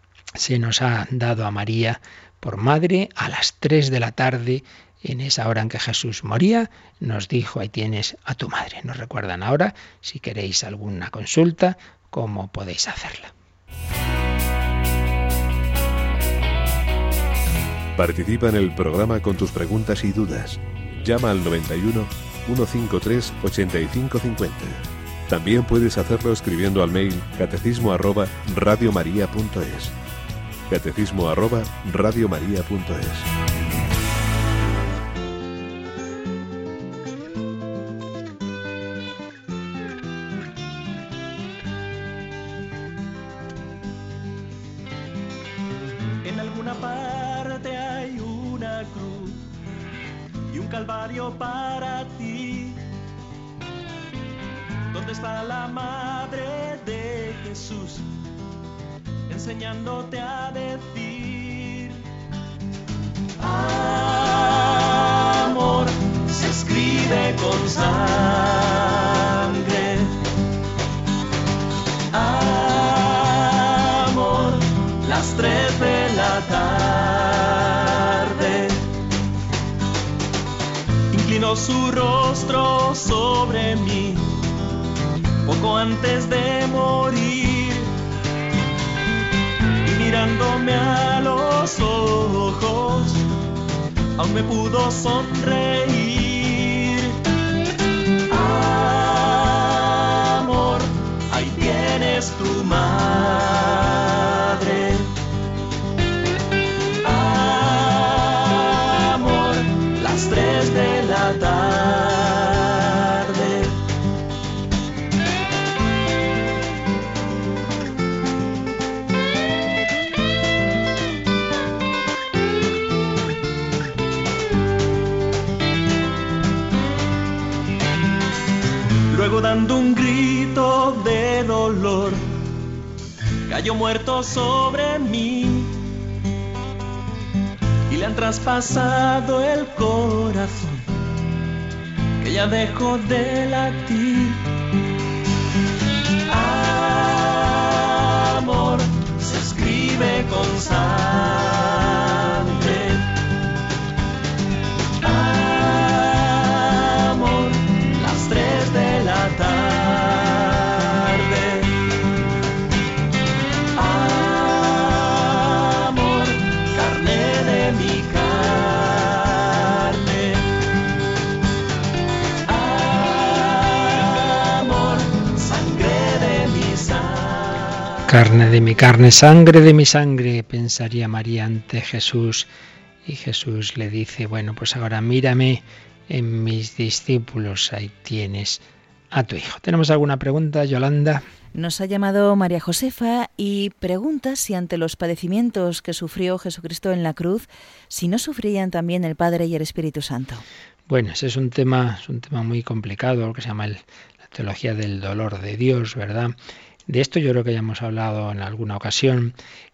se nos ha dado a María por madre a las tres de la tarde, en esa hora en que Jesús moría, nos dijo, ahí tienes a tu madre. Nos recuerdan ahora, si queréis alguna consulta, cómo podéis hacerla. Participa en el programa con tus preguntas y dudas. Llama al noventa y uno, ciento cincuenta y tres, ochenta y cinco cincuenta. También puedes hacerlo escribiendo al mail catecismo arroba radiomaria.es. Catecismo arroba radiomaria.es. En alguna parte hay una cruz y un calvario para ti. ¿Dónde está la madre de Jesús? Enseñándote a decir amor se escribe con sangre, amor las tres de la tarde inclinó su rostro sobre mí poco antes de morir. Mirándome a los ojos, aún me pudo sonreír. Amor, ahí tienes tu madre. Amor, las tres de la tarde. Luego dando un grito de dolor, cayó muerto sobre mí y le han traspasado el corazón, que ya dejó de latir. Amor se escribe con sangre. Amor, las tres de la tarde. Amor, carne de mi carne. Amor, sangre de mi sangre. Carne de mi carne, sangre de mi sangre, pensaría María ante Jesús. Y Jesús le dice, bueno, pues ahora mírame en mis discípulos, ahí tienes a tu hijo. ¿Tenemos alguna pregunta, Yolanda? Nos ha llamado María Josefa y pregunta si ante los padecimientos que sufrió Jesucristo en la cruz, si no sufrían también el Padre y el Espíritu Santo. Bueno, ese es un tema, es un tema muy complicado, lo que se llama el, la teología del dolor de Dios, ¿verdad? De esto yo creo que ya hemos hablado en alguna ocasión.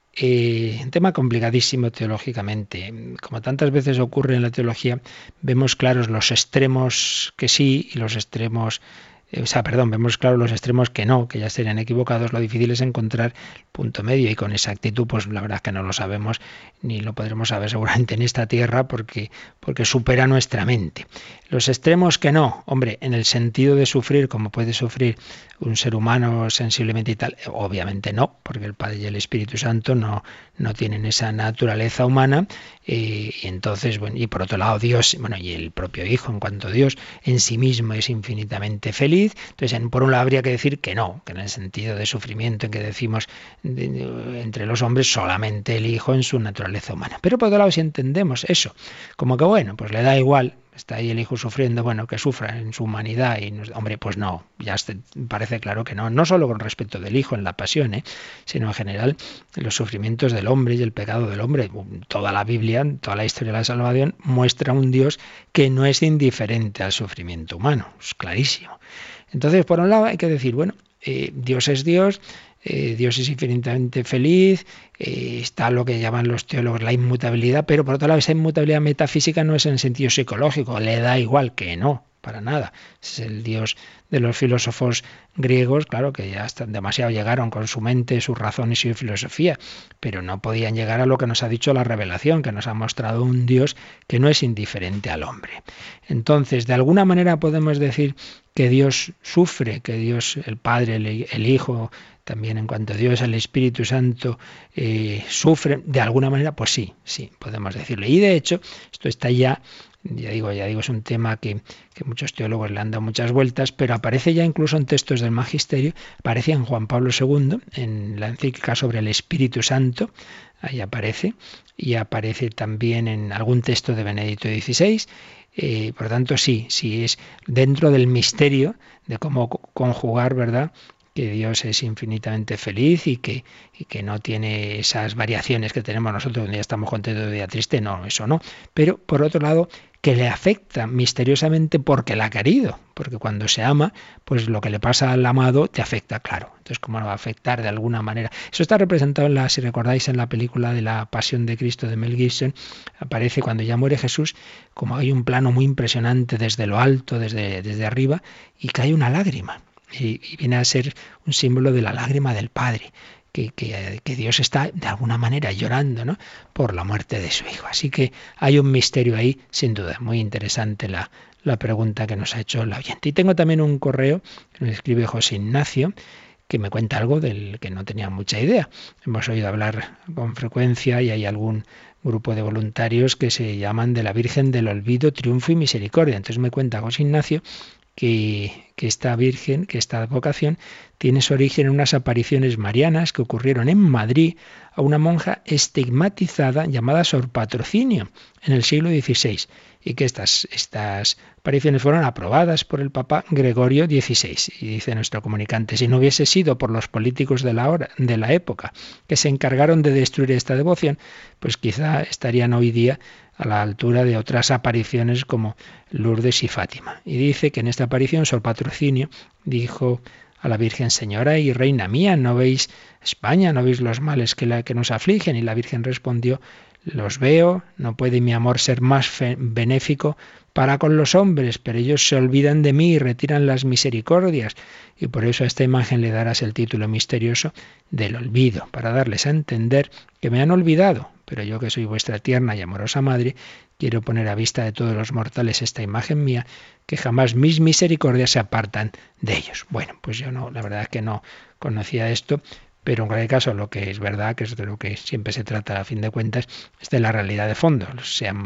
Eh, un tema complicadísimo teológicamente. Como tantas veces ocurre en la teología, vemos claros los extremos que sí y los extremos, eh, o sea, perdón, vemos claros los extremos que no, que ya serían equivocados. Lo difícil es encontrar el punto medio y con exactitud, pues la verdad es que no lo sabemos ni lo podremos saber seguramente en esta tierra porque, porque supera nuestra mente. Los extremos que no, hombre, en el sentido de sufrir como puede sufrir un ser humano sensiblemente y tal, obviamente no, porque el Padre y el Espíritu Santo no, no tienen esa naturaleza humana, eh, y entonces, bueno, y por otro lado Dios, bueno, y el propio Hijo en cuanto a Dios en sí mismo es infinitamente feliz, entonces por un lado habría que decir que no, que en el sentido de sufrimiento en que decimos de, de, entre los hombres solamente el Hijo en su naturaleza humana, pero por otro lado si entendemos eso, como que bueno, pues le da igual, está ahí el Hijo sufriendo, bueno, que sufra en su humanidad y nos, hombre, pues no, ya parece claro que no, no solo con respecto del Hijo en la pasión, ¿eh? Sino en general los sufrimientos del hombre y el pecado del hombre. Toda la Biblia, toda la historia de la salvación muestra un Dios que no es indiferente al sufrimiento humano, es clarísimo. Entonces, por un lado hay que decir, bueno, eh, Dios es Dios, Eh, Dios es infinitamente feliz, eh, está lo que llaman los teólogos la inmutabilidad, pero por otro lado esa inmutabilidad metafísica no es en sentido psicológico, le da igual que no, para nada. Es el Dios de los filósofos griegos, claro que ya hasta demasiado llegaron con su mente, sus razones y su filosofía, pero no podían llegar a lo que nos ha dicho la revelación, que nos ha mostrado un Dios que no es indiferente al hombre. Entonces, de alguna manera podemos decir que Dios sufre, que Dios, el Padre, el, el Hijo, también en cuanto a Dios, el Espíritu Santo, eh, sufre, de alguna manera, pues sí, sí, podemos decirlo. Y de hecho, esto está ya, ya digo, ya digo, es un tema que, que muchos teólogos le han dado muchas vueltas, pero aparece ya incluso en textos del Magisterio, aparece en Juan Pablo segundo, en la encíclica sobre el Espíritu Santo, ahí aparece, y aparece también en algún texto de Benedicto dieciséis, eh, por tanto sí, sí es dentro del misterio de cómo conjugar, ¿verdad?, que Dios es infinitamente feliz y que, y que no tiene esas variaciones que tenemos nosotros, donde ya estamos contentos de día triste, no, eso no. Pero por otro lado, que le afecta misteriosamente porque la ha querido, porque cuando se ama, pues lo que le pasa al amado te afecta, claro. Entonces, ¿cómo no va a afectar de alguna manera? Eso está representado, en la, si recordáis, en la película de la Pasión de Cristo de Mel Gibson, aparece cuando ya muere Jesús, como hay un plano muy impresionante desde lo alto, desde, desde arriba, y cae una lágrima. Y, y viene a ser un símbolo de la lágrima del Padre, que, que, que Dios está de alguna manera llorando, ¿no?, por la muerte de su Hijo. Así que hay un misterio ahí, sin duda. Muy interesante la, la pregunta que nos ha hecho la oyente. Y tengo también un correo que nos escribe José Ignacio, que me cuenta algo del que no tenía mucha idea. Hemos oído hablar con frecuencia y hay algún grupo de voluntarios que se llaman de la Virgen del Olvido, Triunfo y Misericordia. Entonces me cuenta José Ignacio que, que esta Virgen, que esta vocación, tiene su origen en unas apariciones marianas que ocurrieron en Madrid a una monja estigmatizada llamada Sor Patrocinio en el siglo dieciséis, y que estas, estas apariciones fueron aprobadas por el Papa Gregorio dieciséis. Y dice nuestro comunicante, si no hubiese sido por los políticos de la, hora, de la época que se encargaron de destruir esta devoción, pues quizá estarían hoy día a la altura de otras apariciones como Lourdes y Fátima. Y dice que en esta aparición Sor Patrocinio dijo a la Virgen, Señora y Reina mía, ¿no veis España, no veis los males que, la, que nos afligen? Y la Virgen respondió, los veo, no puede mi amor ser más benéfico para con los hombres, pero ellos se olvidan de mí y retiran las misericordias. Y por eso a esta imagen le darás el título misterioso del olvido, para darles a entender que me han olvidado, pero yo que soy vuestra tierna y amorosa madre, quiero poner a vista de todos los mortales esta imagen mía, que jamás mis misericordias se apartan de ellos. Bueno, pues yo no, la verdad es que no conocía esto, pero en cualquier caso lo que es verdad, que es de lo que siempre se trata a fin de cuentas, es de la realidad de fondo. Se han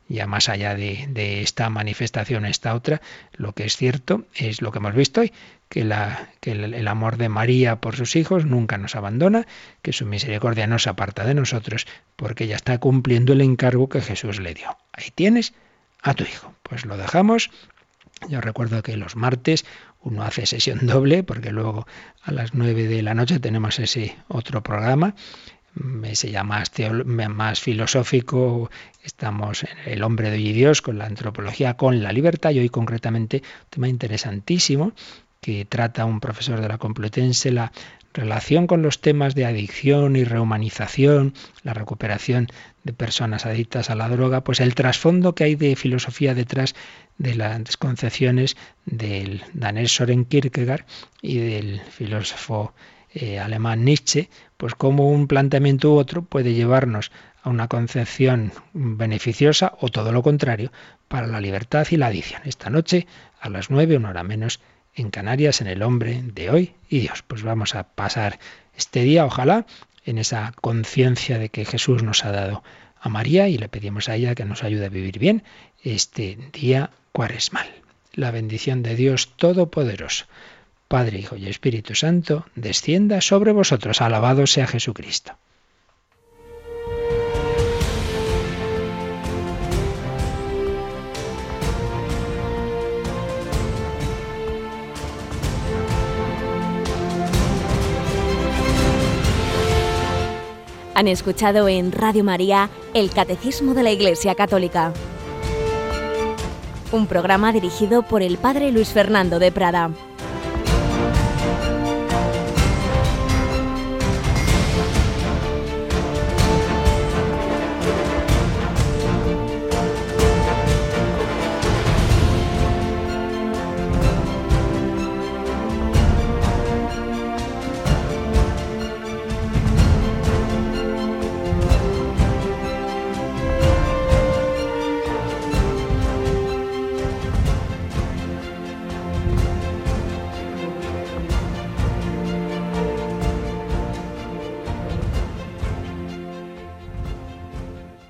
ya más allá de, de esta manifestación, esta otra, lo que es cierto es lo que hemos visto hoy, que, la, que el, el amor de María por sus hijos nunca nos abandona, que su misericordia no se aparta de nosotros, porque ella está cumpliendo el encargo que Jesús le dio. Ahí tienes a tu hijo. Pues lo dejamos. Yo recuerdo que los martes uno hace sesión doble, porque luego a las nueve de la noche tenemos ese otro programa, ese ya más, teolo- más filosófico. Estamos en El hombre de hoy y Dios, con la antropología, con la libertad, y hoy concretamente un tema interesantísimo que trata un profesor de la Complutense, la relación con los temas de adicción y rehumanización, la recuperación de personas adictas a la droga, pues el trasfondo que hay de filosofía detrás de las concepciones del danés Søren Kierkegaard y del filósofo eh, alemán Nietzsche, pues como un planteamiento u otro puede llevarnos a una concepción beneficiosa o todo lo contrario para la libertad y la adicción. Esta noche a las nueve, una hora menos, en Canarias, en El hombre de hoy y Dios. Pues vamos a pasar este día, ojalá, en esa conciencia de que Jesús nos ha dado a María, y le pedimos a ella que nos ayude a vivir bien este día cuaresmal. La bendición de Dios Todopoderoso, Padre, Hijo y Espíritu Santo, descienda sobre vosotros. Alabado sea Jesucristo. Han escuchado en Radio María el Catecismo de la Iglesia Católica, un programa dirigido por el Padre Luis Fernando de Prada.